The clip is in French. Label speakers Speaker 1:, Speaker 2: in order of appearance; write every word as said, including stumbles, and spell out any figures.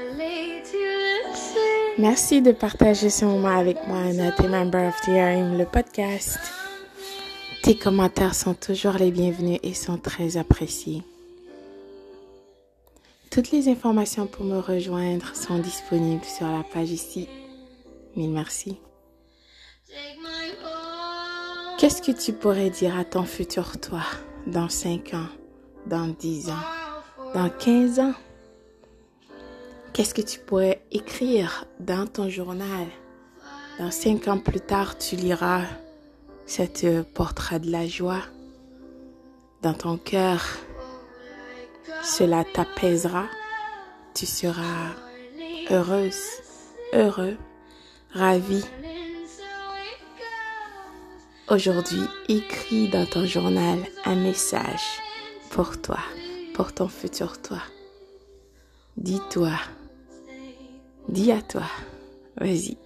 Speaker 1: Merci de partager ce moment avec moi, notre Member of the Year, le podcast. Tes commentaires sont toujours les bienvenus et sont très appréciés. Toutes les informations pour me rejoindre sont disponibles sur la page ici. Mille merci. Qu'est-ce que tu pourrais dire à ton futur toi dans cinq ans, dans dix ans, dans quinze ans? Qu'est-ce que tu pourrais écrire dans ton journal? Dans cinq ans plus tard, tu liras cet portrait de la joie dans ton cœur. Cela t'apaisera. Tu seras heureuse, heureux, ravi. Aujourd'hui, écris dans ton journal un message pour toi, pour ton futur toi. Dis-toi, dis à toi, vas-y.